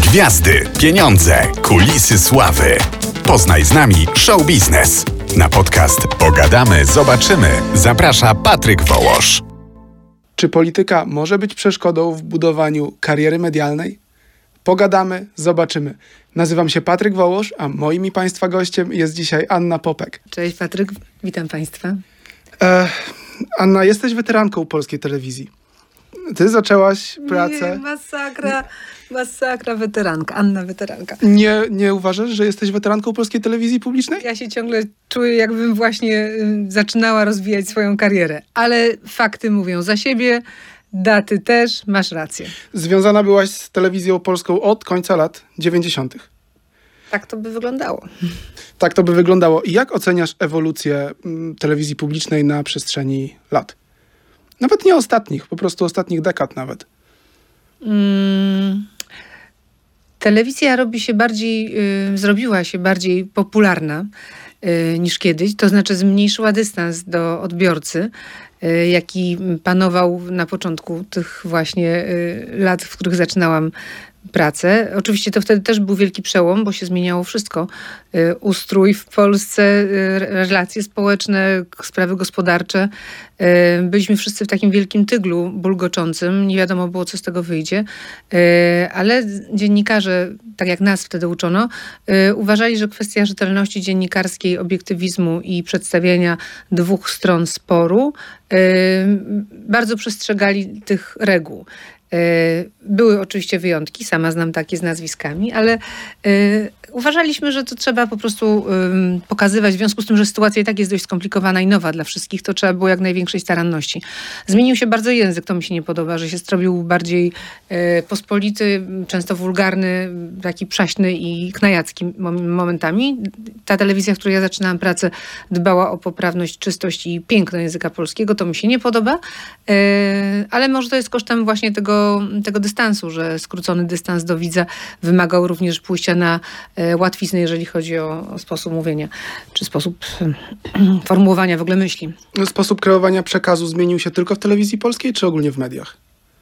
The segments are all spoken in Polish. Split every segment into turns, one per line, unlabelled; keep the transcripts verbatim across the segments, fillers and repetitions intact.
Gwiazdy, pieniądze, kulisy sławy. Poznaj z nami show biznes. Na podcast Pogadamy, zobaczymy. Zaprasza Patryk Wołosz.
Czy polityka może być przeszkodą w budowaniu kariery medialnej? Pogadamy, zobaczymy. Nazywam się Patryk Wołosz, a moim i Państwa gościem jest dzisiaj Anna Popek.
Cześć Patryk, witam Państwa.
E, Anna, jesteś weteranką polskiej telewizji. Ty zaczęłaś pracę...
Nie, masakra, masakra, weteranka, Anna weteranka.
Nie, nie uważasz, że jesteś weteranką polskiej telewizji publicznej?
Ja się ciągle czuję, jakbym właśnie y, zaczynała rozwijać swoją karierę, ale fakty mówią za siebie, daty też, masz rację.
Związana byłaś z telewizją polską od końca lat dziewięćdziesiątych.
Tak to by wyglądało.
Tak to by wyglądało. I jak oceniasz ewolucję mm, telewizji publicznej na przestrzeni lat? Nawet nie ostatnich, po prostu ostatnich dekad nawet.
Mm, telewizja robi się bardziej, y, zrobiła się bardziej popularna y, niż kiedyś, to znaczy zmniejszyła dystans do odbiorcy, y, jaki panował na początku tych właśnie y, lat, w których zaczynałam pracę. Oczywiście to wtedy też był wielki przełom, bo się zmieniało wszystko. Y, ustrój w Polsce, y, relacje społeczne, sprawy gospodarcze. Y, byliśmy wszyscy w takim wielkim tyglu bulgoczącym. Nie wiadomo było, co z tego wyjdzie. Y, ale dziennikarze, tak jak nas wtedy uczono, y, uważali, że kwestia rzetelności dziennikarskiej, obiektywizmu i przedstawienia dwóch stron sporu y, bardzo przestrzegali tych reguł. Były oczywiście wyjątki, sama znam takie z nazwiskami, ale y, uważaliśmy, że to trzeba po prostu y, pokazywać. W związku z tym, że sytuacja i tak jest dość skomplikowana i nowa dla wszystkich, to trzeba było jak największej staranności. Zmienił się bardzo język, to mi się nie podoba, że się zrobił bardziej y, pospolity, często wulgarny, taki przaśny i knajacki momentami. Ta telewizja, w której ja zaczynałam pracę, dbała o poprawność, czystość i piękno języka polskiego. To mi się nie podoba, y, ale może to jest kosztem właśnie tego tego dystansu, że skrócony dystans do widza wymagał również pójścia na e, łatwiznę, jeżeli chodzi o, o sposób mówienia, czy sposób e, formułowania w ogóle myśli.
Sposób kreowania przekazu zmienił się tylko w telewizji polskiej, czy ogólnie w mediach?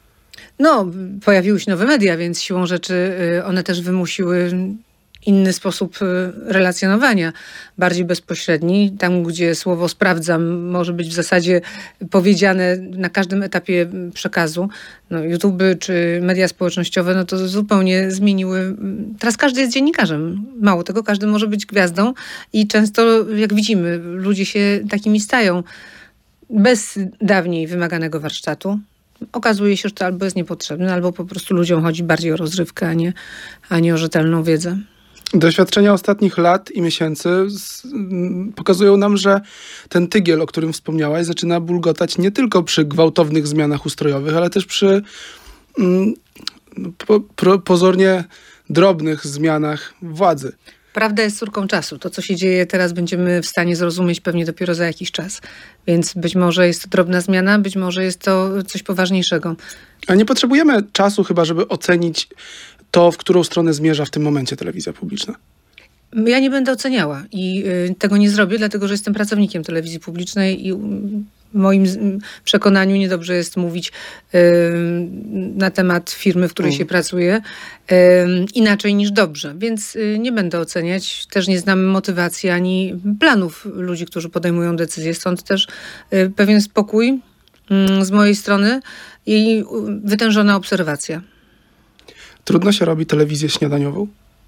No, pojawiły się nowe media, więc siłą rzeczy e, one też wymusiły inny sposób relacjonowania, bardziej bezpośredni. Tam, gdzie słowo sprawdzam może być w zasadzie powiedziane na każdym etapie przekazu. No, YouTube czy media społecznościowe, no to zupełnie zmieniły. Teraz każdy jest dziennikarzem. Mało tego, każdy może być gwiazdą i często, jak widzimy, ludzie się takimi stają bez dawniej wymaganego warsztatu. Okazuje się, że to albo jest niepotrzebne, albo po prostu ludziom chodzi bardziej o rozrywkę, a nie, a nie o rzetelną wiedzę.
Doświadczenia ostatnich lat i miesięcy z, m, pokazują nam, że ten tygiel, o którym wspomniałaś, zaczyna bulgotać nie tylko przy gwałtownych zmianach ustrojowych, ale też przy m, po, pro, pozornie drobnych zmianach władzy.
Prawda jest córką czasu. To, co się dzieje teraz, będziemy w stanie zrozumieć pewnie dopiero za jakiś czas. Więc być może jest to drobna zmiana, być może jest to coś poważniejszego.
A nie potrzebujemy czasu chyba, żeby ocenić to, w którą stronę zmierza w tym momencie telewizja publiczna.
Ja nie będę oceniała i y, tego nie zrobię, dlatego że jestem pracownikiem telewizji publicznej i y, w moim z, przekonaniu niedobrze jest mówić y, na temat firmy, w której mm. się pracuje, y, inaczej niż dobrze. Więc y, nie będę oceniać. Też nie znam motywacji ani planów ludzi, którzy podejmują decyzje. Stąd też y, pewien spokój y, z mojej strony i y, wytężona obserwacja.
Trudno się robi telewizję śniadaniową?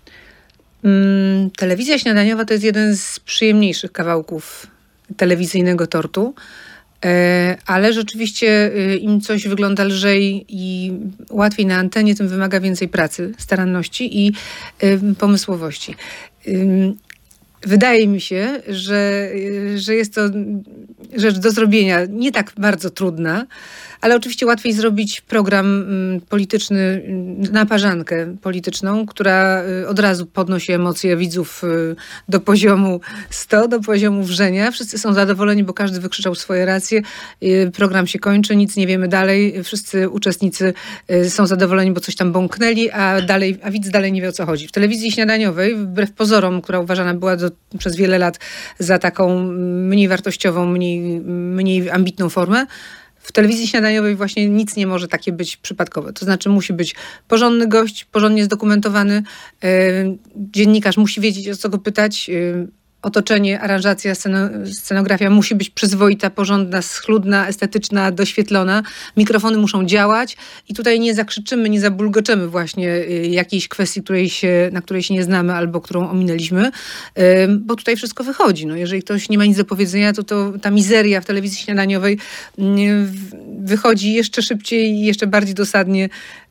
Mm, telewizja śniadaniowa to jest jeden z przyjemniejszych kawałków telewizyjnego tortu, e, ale rzeczywiście e, im coś wygląda lżej i łatwiej na antenie, tym wymaga więcej pracy, staranności i e, pomysłowości. E, Wydaje mi się, że, że jest to rzecz do zrobienia nie tak bardzo trudna, ale oczywiście łatwiej zrobić program polityczny, naparzankę polityczną, która od razu podnosi emocje widzów do poziomu sto, do poziomu wrzenia. Wszyscy są zadowoleni, bo każdy wykrzyczał swoje racje. Program się kończy, nic nie wiemy dalej. Wszyscy uczestnicy są zadowoleni, bo coś tam bąknęli, a, dalej, a widz dalej nie wie, o co chodzi. W telewizji śniadaniowej, wbrew pozorom, która uważana była do, przez wiele lat za taką mniej wartościową, mniej, mniej ambitną formę, W telewizji śniadaniowej właśnie nic nie może takie być przypadkowe. To znaczy musi być porządny gość, porządnie zdokumentowany. Yy, dziennikarz musi wiedzieć, o co go pytać. Yy, Otoczenie, aranżacja, scenografia musi być przyzwoita, porządna, schludna, estetyczna, doświetlona. Mikrofony muszą działać i tutaj nie zakrzyczymy, nie zabulgoczemy właśnie jakiejś kwestii, której się, na której się nie znamy albo którą ominęliśmy, bo tutaj wszystko wychodzi. No, jeżeli ktoś nie ma nic do powiedzenia, to, to ta mizeria w telewizji śniadaniowej wychodzi jeszcze szybciej i jeszcze bardziej dosadnie.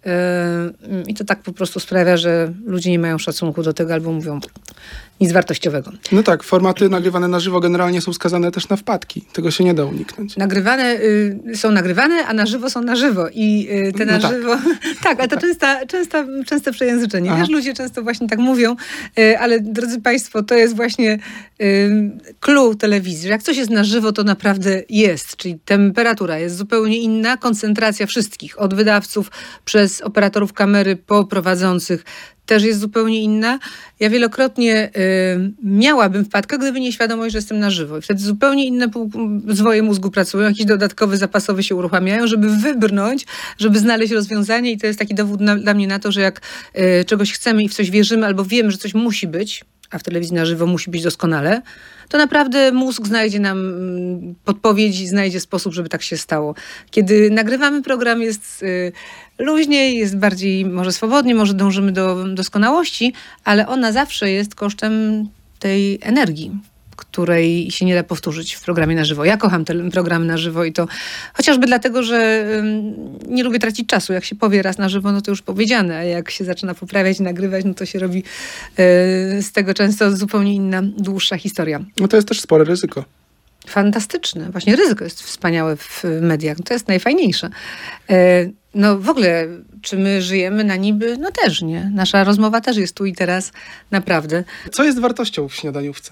I to tak po prostu sprawia, że ludzie nie mają szacunku do tego albo mówią nic wartościowego.
No tak, formaty nagrywane na żywo generalnie są skazane też na wpadki. Tego się nie da uniknąć.
Nagrywane y, są nagrywane, a na żywo są na żywo. I y, te
no
na
tak.
żywo... tak, ale to częsta, częsta, częste przejęzyczenie.
Aha.
Wiesz, ludzie często właśnie tak mówią, y, ale drodzy Państwo, to jest właśnie y, clue telewizji, że jak coś jest na żywo, to naprawdę jest. Czyli temperatura jest zupełnie inna, koncentracja wszystkich, od wydawców przez operatorów kamery po prowadzących, też jest zupełnie inna. Ja wielokrotnie y, miałabym wpadkę, gdyby nie świadomość, że jestem na żywo. I wtedy zupełnie inne zwoje mózgu pracują, jakieś dodatkowe, zapasowe się uruchamiają, żeby wybrnąć, żeby znaleźć rozwiązanie. I to jest taki dowód na, dla mnie na to, że jak y, czegoś chcemy i w coś wierzymy, albo wiemy, że coś musi być, a w telewizji na żywo musi być doskonale, to naprawdę mózg znajdzie nam podpowiedź i znajdzie sposób, żeby tak się stało. Kiedy nagrywamy program, jest y, luźniej, jest bardziej może swobodnie, może dążymy do doskonałości, ale ona zawsze jest kosztem tej energii, której się nie da powtórzyć w programie na żywo. Ja kocham te programy na żywo i to chociażby dlatego, że y, nie lubię tracić czasu. Jak się powie raz na żywo, no to już powiedziane, a jak się zaczyna poprawiać, nagrywać, no to się robi y, z tego często zupełnie inna, dłuższa historia.
No to jest też spore ryzyko.
Fantastyczne. Właśnie ryzyko jest wspaniałe w mediach. To jest najfajniejsze. Y, no w ogóle, czy my żyjemy na niby? No też nie. Nasza rozmowa też jest tu i teraz naprawdę.
Co jest wartością w śniadaniówce?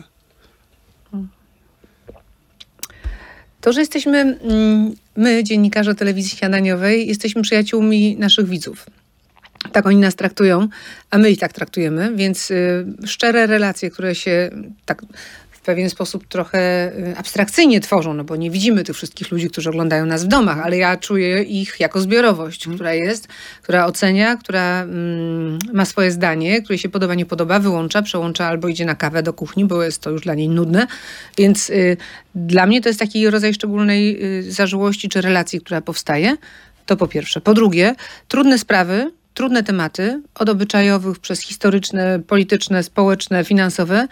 To, że jesteśmy, my, dziennikarze telewizji śniadaniowej, jesteśmy przyjaciółmi naszych widzów. Tak oni nas traktują, a my ich tak traktujemy, więc y, szczere relacje, które się tak w pewien sposób trochę abstrakcyjnie tworzą, no bo nie widzimy tych wszystkich ludzi, którzy oglądają nas w domach, ale ja czuję ich jako zbiorowość, hmm. która jest, która ocenia, która mm, ma swoje zdanie, której się podoba, nie podoba, wyłącza, przełącza albo idzie na kawę do kuchni, bo jest to już dla niej nudne. Więc y, dla mnie to jest taki rodzaj szczególnej y, zażyłości czy relacji, która powstaje. To po pierwsze. Po drugie, trudne sprawy, trudne tematy, od obyczajowych przez historyczne, polityczne, społeczne, finansowe,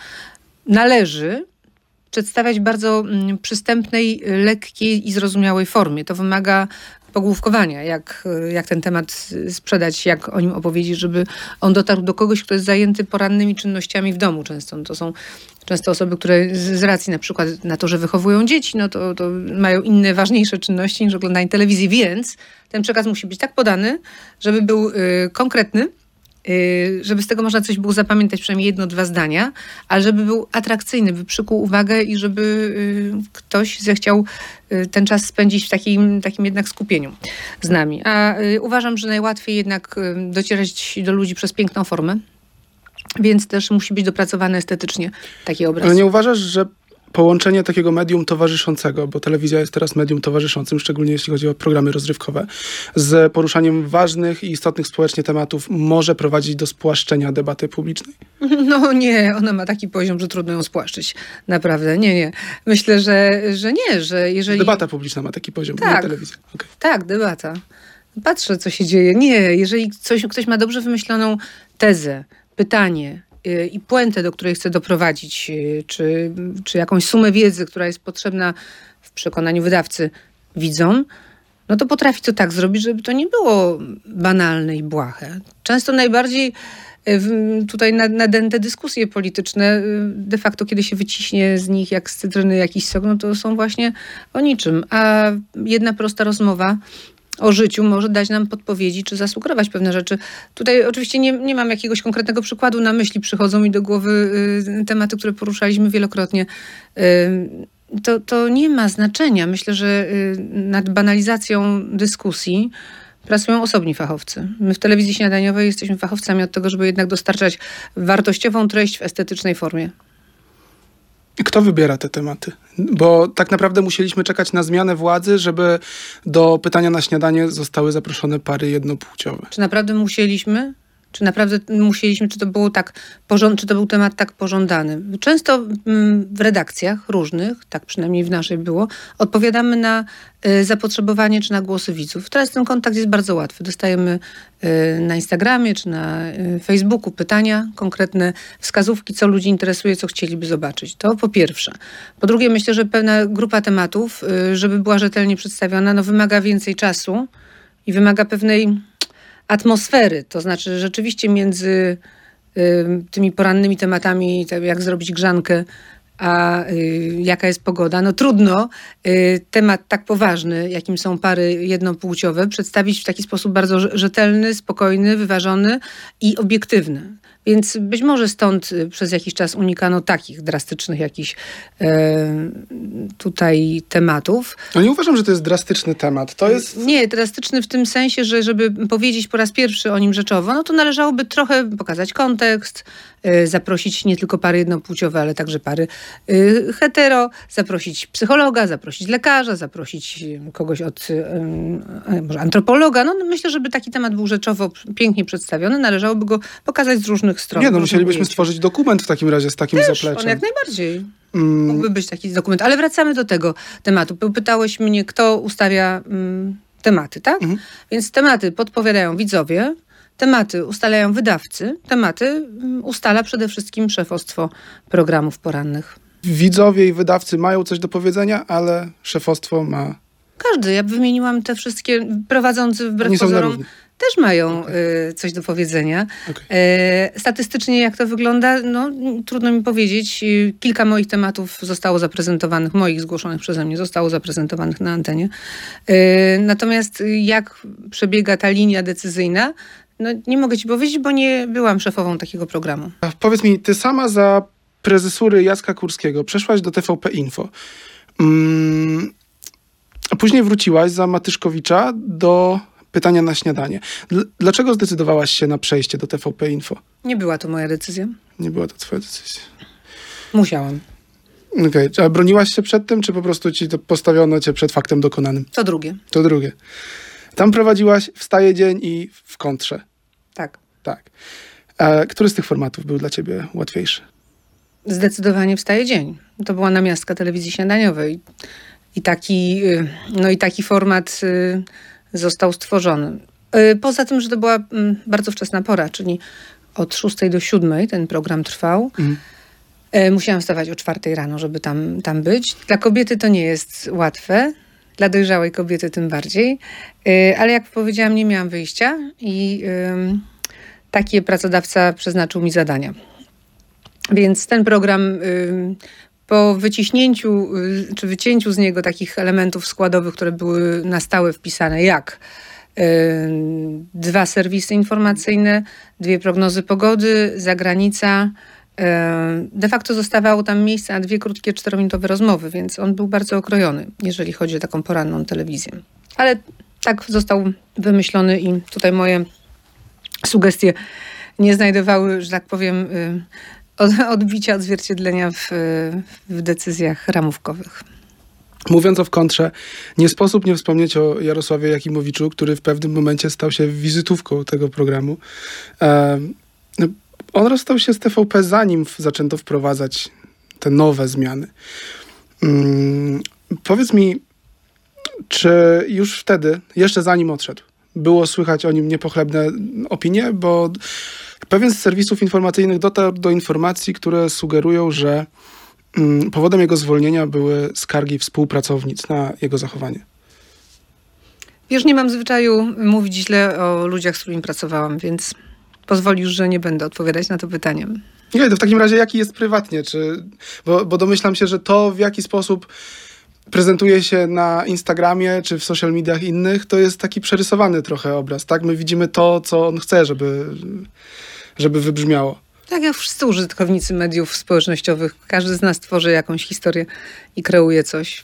należy przedstawiać w bardzo przystępnej, lekkiej i zrozumiałej formie. To wymaga pogłówkowania, jak, jak ten temat sprzedać, jak o nim opowiedzieć, żeby on dotarł do kogoś, kto jest zajęty porannymi czynnościami w domu często. No to są często osoby, które z racji na przykład na to, że wychowują dzieci, no to, to mają inne, ważniejsze czynności niż oglądanie telewizji, więc ten przekaz musi być tak podany, żeby był y, konkretny, żeby z tego można coś było zapamiętać, przynajmniej jedno, dwa zdania, ale żeby był atrakcyjny, by przykuł uwagę i żeby ktoś zechciał ten czas spędzić w takim, takim jednak skupieniu z nami. A uważam, że najłatwiej jednak docierać do ludzi przez piękną formę, więc też musi być dopracowany estetycznie taki obraz.
Ale nie uważasz, że połączenie takiego medium towarzyszącego, bo telewizja jest teraz medium towarzyszącym, szczególnie jeśli chodzi o programy rozrywkowe, z poruszaniem ważnych i istotnych społecznie tematów może prowadzić do spłaszczenia debaty publicznej?
No nie, ona ma taki poziom, że trudno ją spłaszczyć. Naprawdę, nie, nie. Myślę, że, że nie, że jeżeli...
Debata publiczna ma taki poziom,
tak,
nie telewizja. Okay.
Tak, debata. Patrzę, co się dzieje. Nie, jeżeli coś, ktoś ma dobrze wymyśloną tezę, pytanie i puentę, do której chce doprowadzić, czy, czy jakąś sumę wiedzy, która jest potrzebna w przekonaniu wydawcy widzom, no to potrafi to tak zrobić, żeby to nie było banalne i błahe. Często najbardziej tutaj nadęte dyskusje polityczne, de facto kiedy się wyciśnie z nich jak z cytryny jakiś sok, no to są właśnie o niczym. A jedna prosta rozmowa o życiu może dać nam podpowiedzi, czy zasugerować pewne rzeczy. Tutaj oczywiście nie, nie mam jakiegoś konkretnego przykładu na myśli. Przychodzą mi do głowy y, tematy, które poruszaliśmy wielokrotnie. Y, to, to nie ma znaczenia. Myślę, że y, nad banalizacją dyskusji pracują osobni fachowcy. My w telewizji śniadaniowej jesteśmy fachowcami od tego, żeby jednak dostarczać wartościową treść w estetycznej formie.
Kto wybiera te tematy? Bo tak naprawdę musieliśmy czekać na zmianę władzy, żeby do pytania na śniadanie zostały zaproszone pary jednopłciowe.
Czy naprawdę musieliśmy? Czy naprawdę musieliśmy, czy to było tak, porząd, czy to był temat tak pożądany? Często mm, w redakcjach różnych, tak przynajmniej w naszej było, odpowiadamy na y, zapotrzebowanie czy na głosy widzów. Teraz ten kontakt jest bardzo łatwy. Dostajemy y, na Instagramie czy na y, Facebooku pytania, konkretne wskazówki, co ludzi interesuje, co chcieliby zobaczyć. To po pierwsze. Po drugie, myślę, że pewna grupa tematów, y, żeby była rzetelnie przedstawiona, no wymaga więcej czasu i wymaga pewnej atmosfery, to znaczy rzeczywiście między y, tymi porannymi tematami, tak jak zrobić grzankę, a y, jaka jest pogoda. No trudno y, temat tak poważny, jakim są pary jednopłciowe, przedstawić w taki sposób bardzo rzetelny, spokojny, wyważony i obiektywny. Więc być może stąd y, przez jakiś czas unikano takich drastycznych jakichś y, tutaj tematów.
No nie uważam, że to jest drastyczny temat. To jest...
Nie, drastyczny w tym sensie, że żeby powiedzieć po raz pierwszy o nim rzeczowo, no to należałoby trochę pokazać kontekst, y, zaprosić nie tylko pary jednopłciowe, ale także pary y, hetero, zaprosić psychologa, zaprosić lekarza, zaprosić kogoś od y, y, może antropologa. No myślę, żeby taki temat był rzeczowo pięknie przedstawiony, należałoby go pokazać z różnych stron.
Nie, no musielibyśmy stworzyć dokument w takim razie z takim
Też,
zapleczem.
on jak najbardziej. Mm. Mógłby być taki dokument. Ale wracamy do tego tematu. Pytałeś mnie, kto ustawia mm, tematy, tak? Mhm. Więc tematy podpowiadają widzowie, tematy ustalają wydawcy, tematy mm, ustala przede wszystkim szefostwo programów porannych.
Widzowie i wydawcy mają coś do powiedzenia, ale szefostwo ma...
Każdy. Ja wymieniłam te wszystkie prowadzący wbrew
Oni
pozorom. Też mają okay. y, coś do powiedzenia. Okay. Y, statystycznie jak to wygląda, no trudno mi powiedzieć. Y, kilka moich tematów zostało zaprezentowanych, moich zgłoszonych przeze mnie, zostało zaprezentowanych na antenie. Y, natomiast jak przebiega ta linia decyzyjna, no nie mogę ci powiedzieć, bo nie byłam szefową takiego programu.
A powiedz mi, ty sama za prezesury Jacka Kurskiego przeszłaś do T V P Info. Mm, a później wróciłaś za Matyszkowicza do pytania na śniadanie. Dlaczego zdecydowałaś się na przejście do T V P Info?
Nie była to moja decyzja.
Nie była to twoja decyzja.
Musiałam.
Okej. Okay. A broniłaś się przed tym, czy po prostu ci to postawiono cię przed faktem dokonanym?
To drugie.
To drugie. Tam prowadziłaś Wstaje dzień i W kontrze.
Tak.
Tak. A który z tych formatów był dla ciebie łatwiejszy?
Zdecydowanie Wstaje dzień. To była namiastka telewizji śniadaniowej. I taki, no i taki format został stworzony. Poza tym, że to była bardzo wczesna pora, czyli od szóstej do siódmej ten program trwał. Mm. Musiałam wstawać o czwartej rano, żeby tam, tam być. Dla kobiety to nie jest łatwe, dla dojrzałej kobiety tym bardziej. Ale jak powiedziałam, nie miałam wyjścia i taki pracodawca przeznaczył mi zadania. Więc ten program po wyciśnięciu czy wycięciu z niego takich elementów składowych, które były na stałe wpisane, jak yy, dwa serwisy informacyjne, dwie prognozy pogody, zagranica. Yy, de facto zostawało tam miejsce na dwie krótkie, czterominutowe rozmowy, więc on był bardzo okrojony, jeżeli chodzi o taką poranną telewizję. Ale tak został wymyślony i tutaj moje sugestie nie znajdowały, że tak powiem, yy, odbicia, odzwierciedlenia w, w decyzjach ramówkowych.
Mówiąc o W kontrze, nie sposób nie wspomnieć o Jarosławie Jakimowiczu, który w pewnym momencie stał się wizytówką tego programu. E, on rozstał się z T V P, zanim zaczęto wprowadzać te nowe zmiany. Hmm, powiedz mi, czy już wtedy, jeszcze zanim odszedł, było słychać o nim niepochlebne opinie, bo pewien z serwisów informacyjnych dotarł do informacji, które sugerują, że mm, powodem jego zwolnienia były skargi współpracownic na jego zachowanie.
Wiesz, nie mam zwyczaju mówić źle o ludziach, z którymi pracowałam, więc pozwolisz, że nie będę odpowiadać na to pytanie.
Nie, to w takim razie jaki jest prywatnie? Czy, bo, bo domyślam się, że to, w jaki sposób prezentuje się na Instagramie czy w social mediach innych, to jest taki przerysowany trochę obraz, tak? My widzimy to, co on chce, żeby, żeby wybrzmiało.
Tak jak wszyscy użytkownicy mediów społecznościowych. Każdy z nas tworzy jakąś historię i kreuje coś.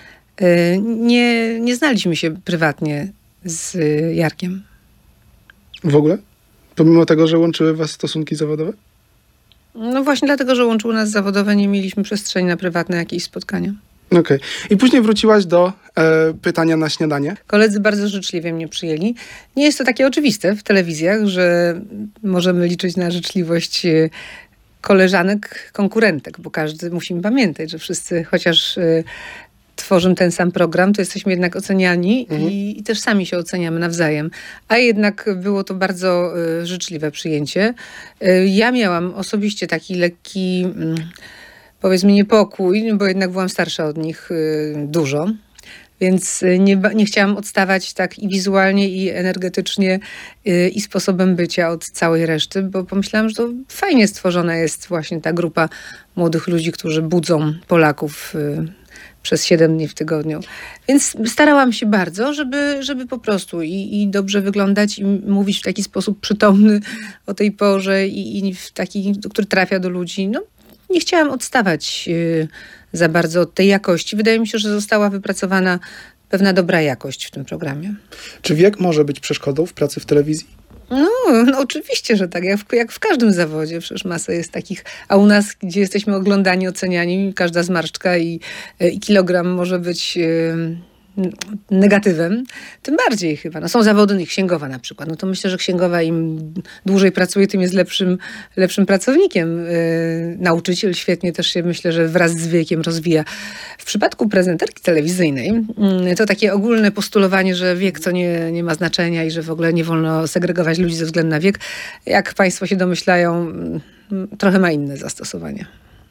Nie, nie znaliśmy się prywatnie z Jarkiem.
W ogóle? Pomimo tego, że łączyły was stosunki zawodowe?
No właśnie dlatego, że łączyło nas zawodowe, nie mieliśmy przestrzeni na prywatne jakieś spotkania.
Okej. Okay. I później wróciłaś do e, pytania na śniadanie.
Koledzy bardzo życzliwie mnie przyjęli. Nie jest to takie oczywiste w telewizjach, że możemy liczyć na życzliwość koleżanek, konkurentek, bo każdy, musimy pamiętać, że wszyscy, chociaż y, tworzymy ten sam program, to jesteśmy jednak oceniani mhm. i, i też sami się oceniamy nawzajem. A jednak było to bardzo y, życzliwe przyjęcie. Y, ja miałam osobiście taki lekki, y, powiedzmy, niepokój, bo jednak byłam starsza od nich y, dużo. Więc nie, nie chciałam odstawać tak i wizualnie, i energetycznie, yy, i sposobem bycia od całej reszty, bo pomyślałam, że to fajnie stworzona jest właśnie ta grupa młodych ludzi, którzy budzą Polaków yy, przez siedem dni w tygodniu. Więc starałam się bardzo, żeby, żeby po prostu i, i dobrze wyglądać, i mówić w taki sposób przytomny o tej porze, i, i w taki, który trafia do ludzi. No, nie chciałam odstawać yy, za bardzo od tej jakości. Wydaje mi się, że została wypracowana pewna dobra jakość w tym programie.
Czy wiek może być przeszkodą w pracy w telewizji?
No, no oczywiście, że tak. Jak w, jak w każdym zawodzie. Przecież masa jest takich, a u nas, gdzie jesteśmy oglądani, oceniani, każda zmarszczka i, i kilogram może być yy, negatywem, tym bardziej chyba. No, są zawody księgowa na przykład. No to myślę, że księgowa im dłużej pracuje, tym jest lepszym, lepszym pracownikiem. Yy, nauczyciel świetnie też się, myślę, że wraz z wiekiem rozwija. W przypadku prezenterki telewizyjnej yy, to takie ogólne postulowanie, że wiek to nie, nie ma znaczenia i że w ogóle nie wolno segregować ludzi ze względu na wiek, jak państwo się domyślają, yy, trochę ma inne zastosowanie.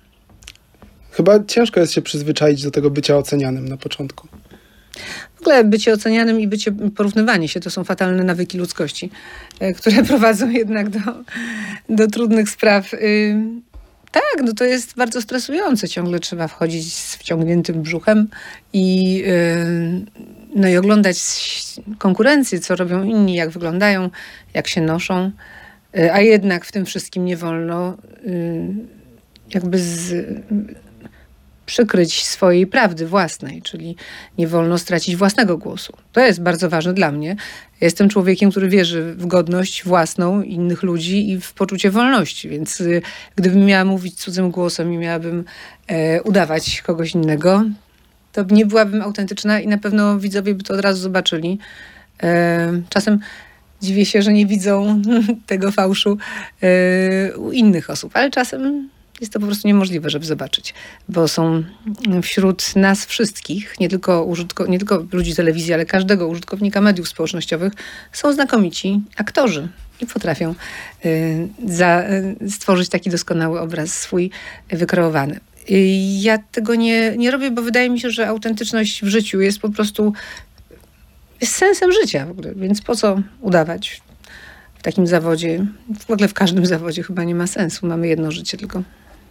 Chyba ciężko jest się przyzwyczaić do tego bycia ocenianym na początku.
W ogóle bycie ocenianym i bycie, porównywanie się to są fatalne nawyki ludzkości, które prowadzą jednak do, do trudnych spraw. Tak, no to jest bardzo stresujące. Ciągle trzeba wchodzić z wciągniętym brzuchem i, no i oglądać konkurencję, co robią inni, jak wyglądają, jak się noszą. A jednak w tym wszystkim nie wolno jakby z... przykryć swojej prawdy własnej, czyli nie wolno stracić własnego głosu. To jest bardzo ważne dla mnie. Jestem człowiekiem, który wierzy w godność własną innych ludzi i w poczucie wolności, więc y, gdybym miała mówić cudzym głosem i miałabym e, udawać kogoś innego, to nie byłabym autentyczna i na pewno widzowie by to od razu zobaczyli. E, czasem dziwię się, że nie widzą tego fałszu e, u innych osób, ale czasem jest to po prostu niemożliwe, żeby zobaczyć, bo są wśród nas wszystkich, nie tylko, użytko, nie tylko ludzi telewizji, ale każdego użytkownika mediów społecznościowych, są znakomici aktorzy i potrafią y, za, y, stworzyć taki doskonały obraz swój wykreowany. Y, ja tego nie, nie robię, bo wydaje mi się, że autentyczność w życiu jest po prostu jest sensem życia w ogóle, więc po co udawać w takim zawodzie? W ogóle w każdym zawodzie chyba nie ma sensu, mamy jedno życie tylko.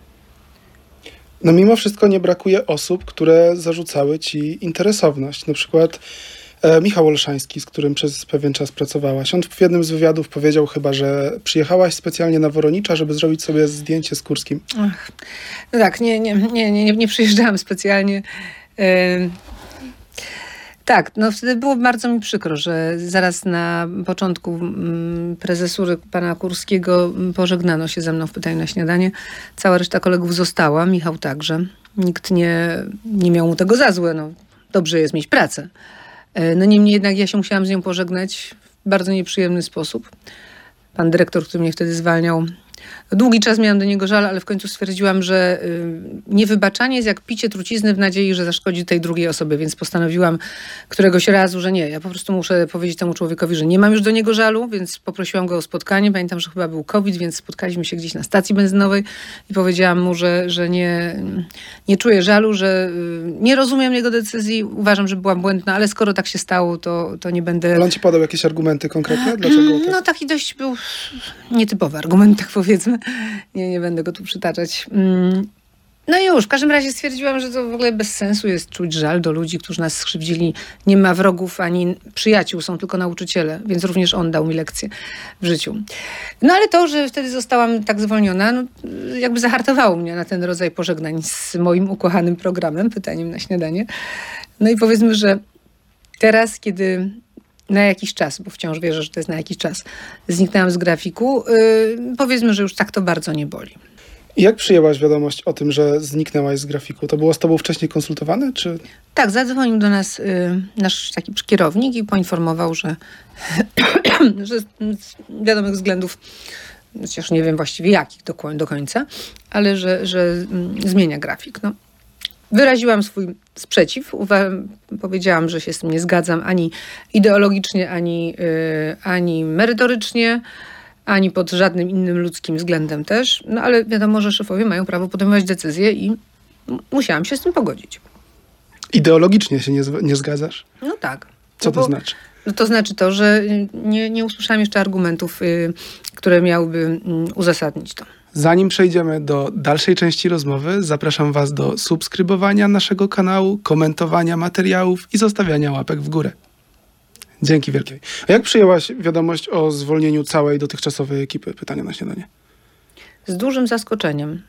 No mimo wszystko nie brakuje osób, które zarzucały ci interesowność. Na przykład e, Michał Olszański, z którym przez pewien czas pracowałaś. On w jednym z wywiadów powiedział chyba, że przyjechałaś specjalnie na Woronicza, żeby zrobić sobie zdjęcie z Kurskim. Ach,
no tak, nie, nie, nie, nie, nie przyjeżdżałam specjalnie. Yy... Tak, no wtedy było bardzo mi przykro, że zaraz na początku mm, prezesury pana Kurskiego pożegnano się ze mną w pytaniu na śniadanie. Cała reszta kolegów została, Michał także. Nikt nie, nie miał mu tego za złe. No, dobrze jest mieć pracę. No niemniej jednak ja się musiałam z nią pożegnać w bardzo nieprzyjemny sposób. Pan dyrektor, który mnie wtedy zwalniał, długi czas miałam do niego żal, ale w końcu stwierdziłam, że y, niewybaczanie jest jak picie trucizny w nadziei, że zaszkodzi tej drugiej osobie, więc postanowiłam któregoś razu, że nie. Ja po prostu muszę powiedzieć temu człowiekowi, że nie mam już do niego żalu, więc poprosiłam go o spotkanie. Pamiętam, że chyba był COVID, więc spotkaliśmy się gdzieś na stacji benzynowej i powiedziałam mu, że, że nie, nie czuję żalu, że y, nie rozumiem jego decyzji, uważam, że byłam błędna, ale skoro tak się stało, to, to nie będę...
Ale on ci podał jakieś argumenty konkretne? Dlaczego tak?
No taki dość był nietypowy argument, tak powiedzmy. Nie, nie będę go tu przytaczać. No i już, w każdym razie stwierdziłam, że to w ogóle bez sensu jest czuć żal do ludzi, którzy nas skrzywdzili. Nie ma wrogów ani przyjaciół, są tylko nauczyciele, więc również on dał mi lekcję w życiu. No ale to, że wtedy zostałam tak zwolniona, no, jakby zahartowało mnie na ten rodzaj pożegnań z moim ukochanym programem, pytaniem na śniadanie. No i powiedzmy, że teraz, kiedy na jakiś czas, bo wciąż wierzę, że to jest na jakiś czas, zniknęłam z grafiku, yy, powiedzmy, że już tak to bardzo nie boli.
Jak przyjęłaś wiadomość o tym, że zniknęłaś z Grafiku? To było z tobą wcześniej konsultowane, czy...
Tak, zadzwonił do nas y, nasz taki kierownik i poinformował, że, że z, z wiadomych względów, chociaż nie wiem właściwie jakich do, do końca, ale że, że mm, zmienia Grafik. No. Wyraziłam swój sprzeciw. Uwa- powiedziałam, że się z tym nie zgadzam ani ideologicznie, ani, y, ani merytorycznie, ani pod żadnym innym ludzkim względem też. No ale wiadomo, że szefowie mają prawo podejmować decyzje i m- musiałam się z tym pogodzić.
Ideologicznie się nie, z- nie zgadzasz?
No tak.
Co
No
to
bo-
znaczy?
No to znaczy to, że nie, nie usłyszałam jeszcze argumentów, y, które miałyby y, uzasadnić to.
Zanim przejdziemy do dalszej części rozmowy, zapraszam was do subskrybowania naszego kanału, komentowania materiałów i zostawiania łapek w górę. Dzięki wielkie. A jak przyjęłaś wiadomość o zwolnieniu całej dotychczasowej ekipy? Pytanie na śniadanie.
Z dużym zaskoczeniem.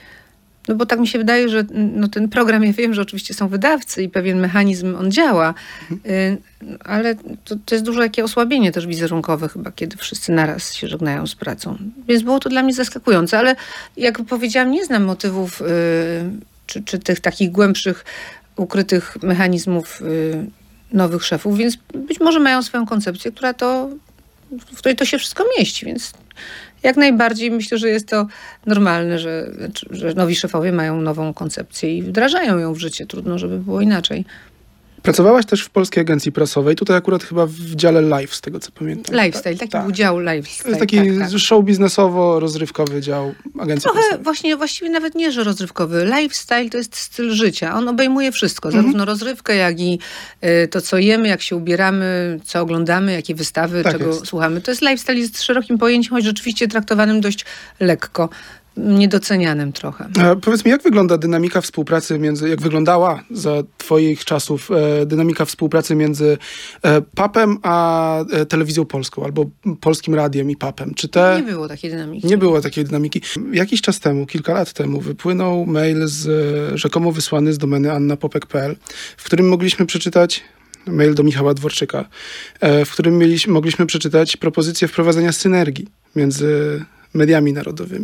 No bo tak mi się wydaje, że no, ten program, ja wiem, że oczywiście są wydawcy i pewien mechanizm on działa, y, ale to, to jest duże jakie osłabienie też wizerunkowe chyba, kiedy wszyscy naraz się żegnają z pracą. Więc było to dla mnie zaskakujące, ale jak powiedziałam, nie znam motywów y, czy, czy tych takich głębszych, ukrytych mechanizmów y, nowych szefów, więc być może mają swoją koncepcję, która to, w której to się wszystko mieści, więc jak najbardziej myślę, że jest to normalne, że, że nowi szefowie mają nową koncepcję i wdrażają ją w życie. Trudno, żeby było inaczej.
Pracowałaś też w Polskiej Agencji Prasowej, tutaj akurat chyba w dziale live, z tego co pamiętam.
Lifestyle, taki
tak.
był dział
To
lifestyle.
jest taki
tak, tak.
show biznesowo-rozrywkowy dział Agencji
Trochę
Prasowej.
właśnie, właściwie nawet nie, że rozrywkowy. Lifestyle to jest styl życia. On obejmuje wszystko.
Mhm.
Zarówno rozrywkę, jak i y, to, co jemy, jak się ubieramy, co oglądamy, jakie wystawy,
Tak
czego
jest.
słuchamy. To jest lifestyle, jest szerokim pojęciem, choć rzeczywiście traktowanym dość lekko. Niedocenianym trochę.
E, powiedz mi, jak wygląda dynamika współpracy między, jak wyglądała za twoich czasów e, dynamika współpracy między e, papem a e, Telewizją Polską, albo Polskim Radiem i papem? Czy te...
Nie było takiej dynamiki.
Nie było takiej dynamiki. Jakiś czas temu, kilka lat temu, wypłynął mail z, e, rzekomo wysłany z domeny anna popek kropka p l, w którym mogliśmy przeczytać mail do Michała Dworczyka, e, w którym mieliśmy, mogliśmy przeczytać propozycję wprowadzenia synergii między mediami narodowymi.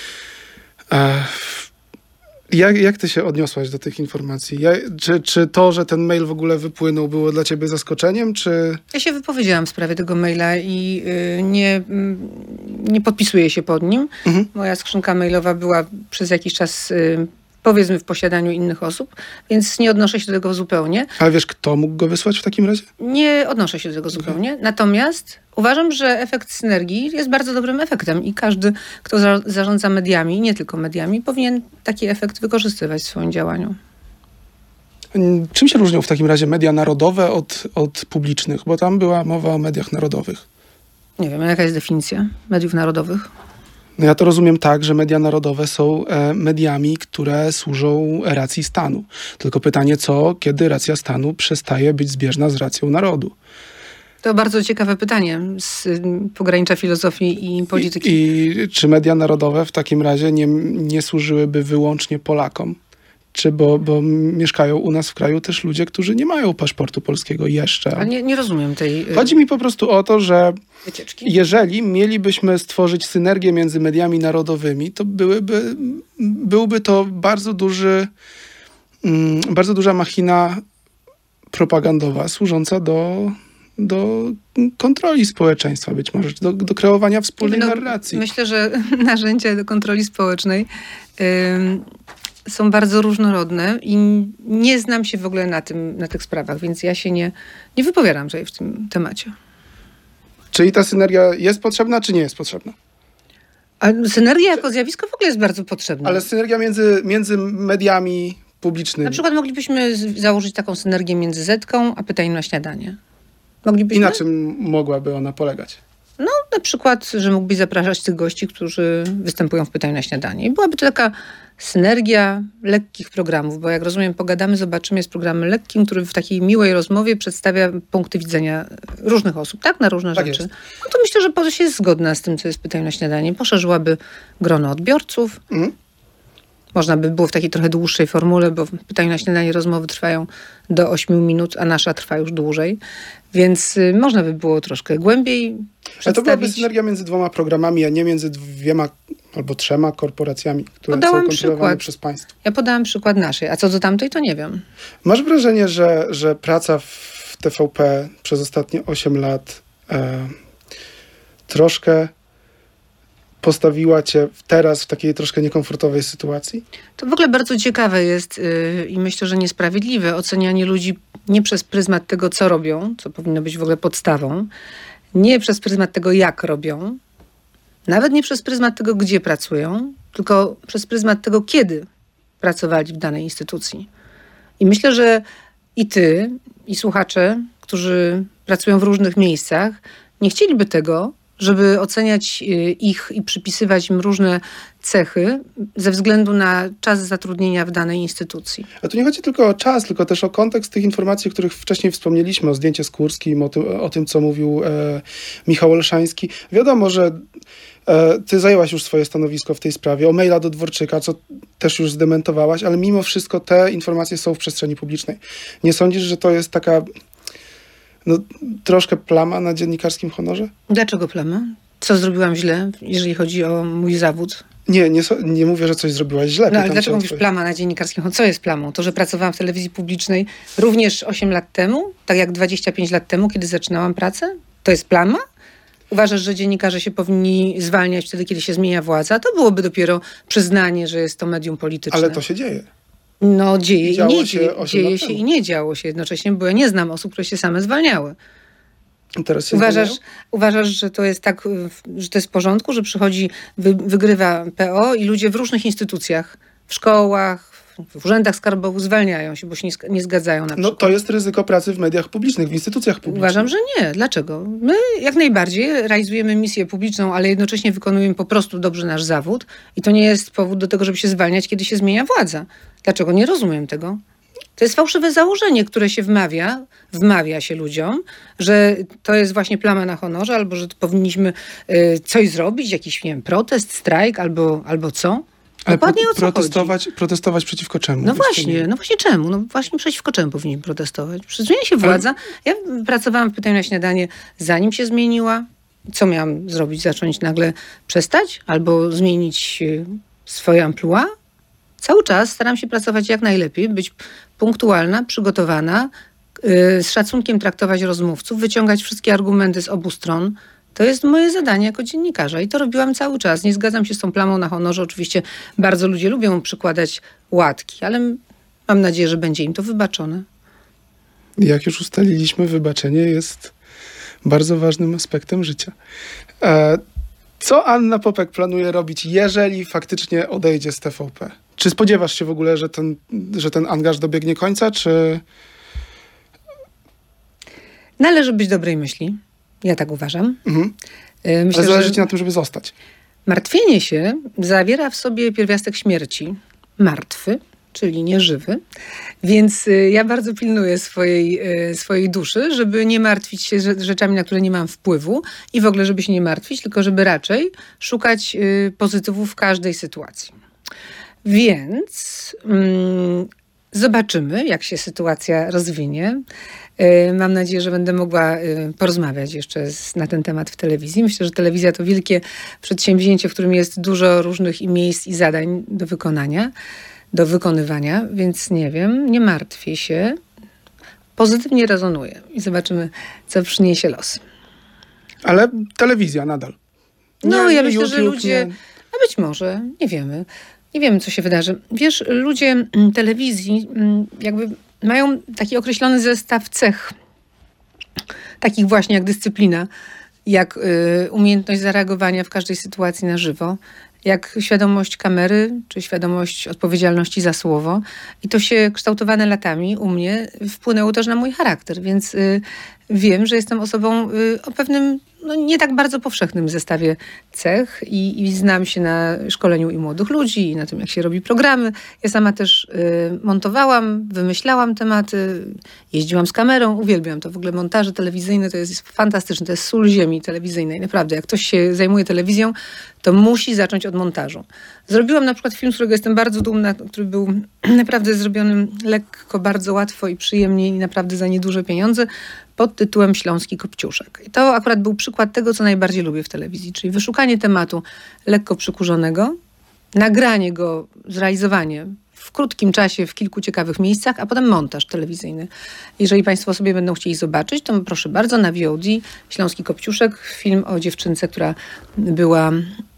E, jak, jak ty się odniosłaś do tych informacji? Ja, czy, czy to, że ten mail w ogóle wypłynął, było dla ciebie zaskoczeniem, czy...
Ja się wypowiedziałam w sprawie tego maila i y, nie, y, nie podpisuję się pod nim.
Mhm.
Moja skrzynka mailowa była przez jakiś czas, y, powiedzmy, w posiadaniu innych osób, więc nie odnoszę się do tego zupełnie.
Ale wiesz, kto mógł go wysłać w takim razie?
Nie odnoszę się do tego zupełnie. Natomiast uważam, że efekt synergii jest bardzo dobrym efektem i każdy, kto za, zarządza mediami, i nie tylko mediami, powinien taki efekt wykorzystywać w swoim działaniu.
Czym się różnią w takim razie media narodowe od, od publicznych? Bo tam była mowa o mediach narodowych.
Nie wiem, jaka jest definicja mediów narodowych?
No ja to rozumiem tak, że media narodowe są e, mediami, które służą racji stanu. Tylko pytanie, co, kiedy racja stanu przestaje być zbieżna z racją narodu?
To bardzo ciekawe pytanie z y, pogranicza filozofii i polityki.
I, I czy media narodowe w takim razie nie, nie służyłyby wyłącznie Polakom? Czy bo, bo mieszkają u nas w kraju też ludzie, którzy nie mają paszportu polskiego jeszcze?
Ale nie, nie rozumiem tej y,
Chodzi mi po prostu o to, że
wycieczki.
jeżeli mielibyśmy stworzyć synergię między mediami narodowymi, to byłyby, byłby to bardzo duży, mm, bardzo duża machina propagandowa służąca do, do kontroli społeczeństwa, być może, do, do kreowania wspólnej
No,
narracji.
Myślę, że narzędzia do kontroli społecznej ym, są bardzo różnorodne i nie znam się w ogóle na tym, na tych sprawach, więc ja się nie, nie wypowiadam tutaj w tym temacie.
Czyli ta synergia jest potrzebna, czy nie jest potrzebna?
A synergia jako zjawisko w ogóle jest bardzo potrzebna.
Ale synergia między, między mediami publicznymi.
Na przykład moglibyśmy z- założyć taką synergię między Zetką a Pytaniem na śniadanie. Moglibyśmy?
I na czym mogłaby ona polegać?
No, na przykład, że mógłbyś zapraszać tych gości, którzy występują w Pytaniu na śniadanie. I byłaby to taka synergia lekkich programów, bo jak rozumiem, Pogadamy, Zobaczymy jest programem lekkim, który w takiej miłej rozmowie przedstawia punkty widzenia różnych osób, tak? Na różne
Tak
rzeczy.
jest.
No to myślę, że po- się jest zgodna z tym, co jest w Pytaniu na śniadanie. Poszerzyłaby grono odbiorców.
Mhm.
Można by było w takiej trochę dłuższej formule, bo w Pytaniu na śniadanie rozmowy trwają do ośmiu minut, a nasza trwa już dłużej. Więc y, można by było troszkę głębiej
Ale to byłaby
przedstawić.
synergia między dwoma programami, a nie między dwiema albo trzema korporacjami, które
Podałam
są kontrolowane
przykład.
przez państwo.
Ja podałam przykład naszej, a co do tamtej, to nie wiem.
Masz wrażenie, że, że praca w T V P przez ostatnie osiem lat e, troszkę postawiła cię teraz w takiej troszkę niekomfortowej sytuacji?
To w ogóle bardzo ciekawe jest yy, i myślę, że niesprawiedliwe ocenianie ludzi nie przez pryzmat tego, co robią, co powinno być w ogóle podstawą, nie przez pryzmat tego, jak robią, nawet nie przez pryzmat tego, gdzie pracują, tylko przez pryzmat tego, kiedy pracowali w danej instytucji. I myślę, że i ty, i słuchacze, którzy pracują w różnych miejscach, nie chcieliby tego, żeby oceniać ich i przypisywać im różne cechy ze względu na czas zatrudnienia w danej instytucji.
A tu nie chodzi tylko o czas, tylko też o kontekst tych informacji, o których wcześniej wspomnieliśmy, o zdjęcie z Kurskim, o tym, o tym co mówił e, Michał Olszański. Wiadomo, że e, ty zajęłaś już swoje stanowisko w tej sprawie, o maila do Dworczyka, co też już zdementowałaś, ale mimo wszystko te informacje są w przestrzeni publicznej. Nie sądzisz, że to jest taka no, troszkę plama na dziennikarskim honorze?
Dlaczego plama? Co zrobiłam źle, jeżeli chodzi o mój zawód?
Nie, nie, so, nie mówię, że coś zrobiłaś źle.
No ale
Pytam
dlaczego
cię o
mówisz
twoje-
plama na dziennikarskim honorze? Co jest plamą? To, że pracowałam w telewizji publicznej również osiem lat temu, tak jak dwadzieścia pięć lat temu, kiedy zaczynałam pracę? To jest plama? Uważasz, że dziennikarze się powinni zwalniać wtedy, kiedy się zmienia władza? To byłoby dopiero przyznanie, że jest to medium polityczne.
Ale to się dzieje.
No dzieje i
Działo
nie
się
dzieje,
osiem
dzieje
lat
się
temu.
i nie działo się jednocześnie, bo ja nie znam osób, które się same zwalniały.
Teraz się
Uważasz,
zmieniają?
uważasz, że to jest tak, y, że to jest w porządku, że przychodzi, wy, wygrywa P O i ludzie w różnych instytucjach, w szkołach, w urzędach skarbowych zwalniają się, bo się nie, sk- nie zgadzają na
No
przykład.
to jest ryzyko pracy w mediach publicznych, w instytucjach publicznych.
Uważam, że nie. Dlaczego? My jak najbardziej realizujemy misję publiczną, ale jednocześnie wykonujemy po prostu dobrze nasz zawód i to nie jest powód do tego, żeby się zwalniać, kiedy się zmienia władza. Dlaczego? Nie rozumiem tego. To jest fałszywe założenie, które się wmawia, wmawia się ludziom, że to jest właśnie plama na honorze, albo że powinniśmy y, coś zrobić, jakiś, nie wiem, protest, strajk, albo, albo co.
Ale
Dokładnie
pro-
o co chodzi.
protestować, protestować przeciwko czemu?
No
Jeszcze
właśnie,
nie.
no właśnie czemu? No właśnie przeciwko czemu powinni protestować? Zmienia się władza. Ja pracowałam w Pytaniu na śniadanie, zanim się zmieniła. Co miałam zrobić? Zacząć nagle przestać? Albo zmienić y, swoje amplua? Cały czas staram się pracować jak najlepiej, być punktualna, przygotowana, y, z szacunkiem traktować rozmówców, wyciągać wszystkie argumenty z obu stron. To jest moje zadanie jako dziennikarza i to robiłam cały czas. Nie zgadzam się z tą plamą na honorze. Oczywiście bardzo ludzie lubią przykładać łatki, ale mam nadzieję, że będzie im to wybaczone.
Jak już ustaliliśmy, wybaczenie jest bardzo ważnym aspektem życia. E, co Anna Popek planuje robić, jeżeli faktycznie odejdzie z T V P? Czy spodziewasz się w ogóle, że ten, że ten angaż dobiegnie końca, czy...
Należy być dobrej myśli. Ja tak uważam.
Mhm.
Y, Myślę,
Ale zależy
że
ci na tym, żeby zostać.
martwienie się zawiera w sobie pierwiastek śmierci. Martwy, czyli nieżywy. Więc y, ja bardzo pilnuję swojej, y, swojej duszy, żeby nie martwić się rze- rzeczami, na które nie mam wpływu i w ogóle, żeby się nie martwić, tylko żeby raczej szukać y, pozytywów w każdej sytuacji. Więc mm, zobaczymy, jak się sytuacja rozwinie. Y, Mam nadzieję, że będę mogła y, porozmawiać jeszcze z, na ten temat w telewizji. Myślę, że telewizja to wielkie przedsięwzięcie, w którym jest dużo różnych i miejsc i zadań do wykonania, do wykonywania, więc nie wiem, nie martwię się. Pozytywnie rezonuję i zobaczymy, co przyniesie los.
Ale telewizja nadal.
No,
Nie,
ja
nie
myślę, że
YouTube,
ludzie,
nie-
a być może, nie wiemy. Nie wiemy, co się wydarzy. Wiesz, ludzie mm, telewizji mm, jakby mają taki określony zestaw cech, takich właśnie jak dyscyplina, jak y, umiejętność zareagowania w każdej sytuacji na żywo, jak świadomość kamery, czy świadomość odpowiedzialności za słowo. I to się kształtowane latami u mnie wpłynęło też na mój charakter, więc y, wiem, że jestem osobą y, o pewnym, no nie tak bardzo powszechnym zestawie cech i, i znam się na szkoleniu i młodych ludzi, i na tym, jak się robi programy. Ja sama też y, montowałam, wymyślałam tematy, jeździłam z kamerą, uwielbiam to. W ogóle montaże telewizyjne to jest fantastyczne, to jest sól ziemi telewizyjnej, naprawdę. Jak ktoś się zajmuje telewizją, to musi zacząć od montażu. Zrobiłam na przykład film, z którego jestem bardzo dumna, który był naprawdę zrobiony lekko, bardzo łatwo i przyjemnie i naprawdę za nieduże pieniądze, pod tytułem Śląski Kopciuszek. I to akurat był przykład tego, co najbardziej lubię w telewizji, czyli wyszukanie tematu lekko przykurzonego, nagranie go, zrealizowanie w krótkim czasie, w kilku ciekawych miejscach, a potem montaż telewizyjny. Jeżeli Państwo sobie będą chcieli zobaczyć, to proszę bardzo, na V O D Śląski Kopciuszek, film o dziewczynce, która była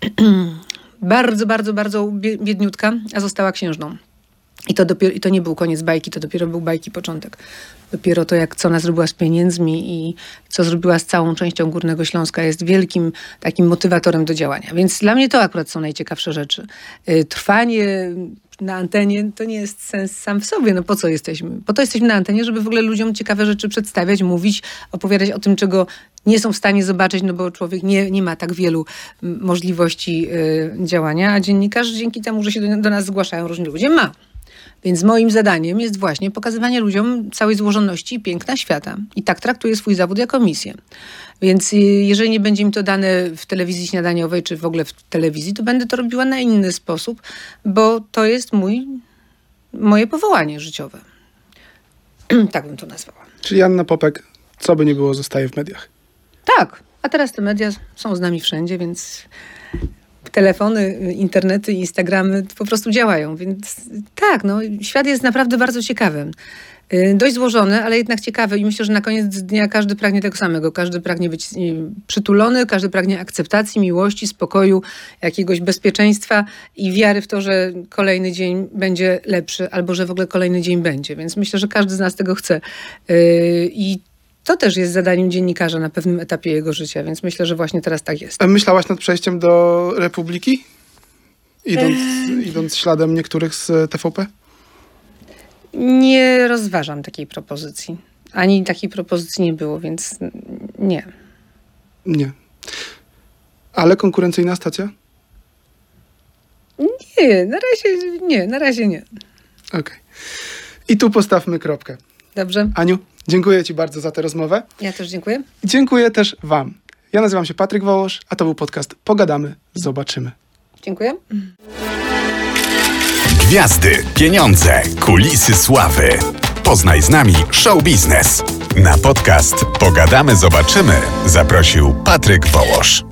bardzo, bardzo, bardzo biedniutka, a została księżną. I to, dopiero, I to nie był koniec bajki, to dopiero był bajki początek. Dopiero to, jak co ona zrobiła z pieniędzmi i co zrobiła z całą częścią Górnego Śląska, jest wielkim takim motywatorem do działania. Więc dla mnie to akurat są najciekawsze rzeczy. Trwanie na antenie to nie jest sens sam w sobie. No po co jesteśmy? Po to jesteśmy na antenie, żeby w ogóle ludziom ciekawe rzeczy przedstawiać, mówić, opowiadać o tym, czego nie są w stanie zobaczyć, no bo człowiek nie, nie ma tak wielu możliwości y, działania, a dziennikarz dzięki temu, że się do, do nas zgłaszają różni ludzie, ma. Więc moim zadaniem jest właśnie pokazywanie ludziom całej złożoności i piękna świata. I tak traktuję swój zawód jako misję. Więc jeżeli nie będzie mi to dane w telewizji śniadaniowej, czy w ogóle w telewizji, to będę to robiła na inny sposób, bo to jest mój, moje powołanie życiowe. Tak bym to nazwała.
Czyli Anna Popek, co by nie było, zostaje w mediach.
Tak, a teraz te media są z nami wszędzie, więc telefony, internety, instagramy po prostu działają. Więc tak, no, świat jest naprawdę bardzo ciekawy. Dość złożony, ale jednak ciekawy i myślę, że na koniec dnia każdy pragnie tego samego. Każdy pragnie być przytulony, każdy pragnie akceptacji, miłości, spokoju, jakiegoś bezpieczeństwa i wiary w to, że kolejny dzień będzie lepszy albo że w ogóle kolejny dzień będzie. Więc myślę, że każdy z nas tego chce. I to też jest zadaniem dziennikarza na pewnym etapie jego życia, więc myślę, że właśnie teraz tak jest.
A myślałaś nad przejściem do Republiki? Idąc, eee. idąc śladem niektórych z T V P?
Nie rozważam takiej propozycji. Ani takiej propozycji nie było, więc nie.
Nie. Ale konkurencyjna stacja?
Nie, na razie nie, na razie nie.
Okej. Okay. I tu postawmy kropkę.
Dobrze.
Aniu, dziękuję Ci bardzo za tę rozmowę.
Ja też dziękuję.
Dziękuję też Wam. Ja nazywam się Patryk Wołosz, a to był podcast Pogadamy, zobaczymy.
Dziękuję.
Gwiazdy, pieniądze, kulisy sławy. Poznaj z nami show biznes. Na podcast Pogadamy, zobaczymy zaprosił Patryk Wołosz.